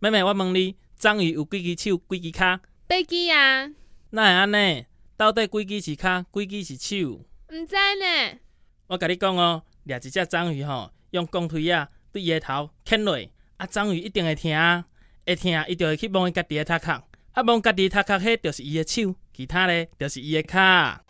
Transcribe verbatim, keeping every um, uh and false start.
妹妹，我问你，章鱼有几只手、几只脚？ 八只啊。 哪会安尼？到底几只是脚、几只是手？ 毋知呢。 我甲你讲哦，掠一只章鱼吼，用钢推啊对伊个头牵落，啊章鱼一定会疼，会疼伊就会去摸伊家己个头壳，啊摸家己头壳，迄就是伊个手，其他咧就是伊个脚。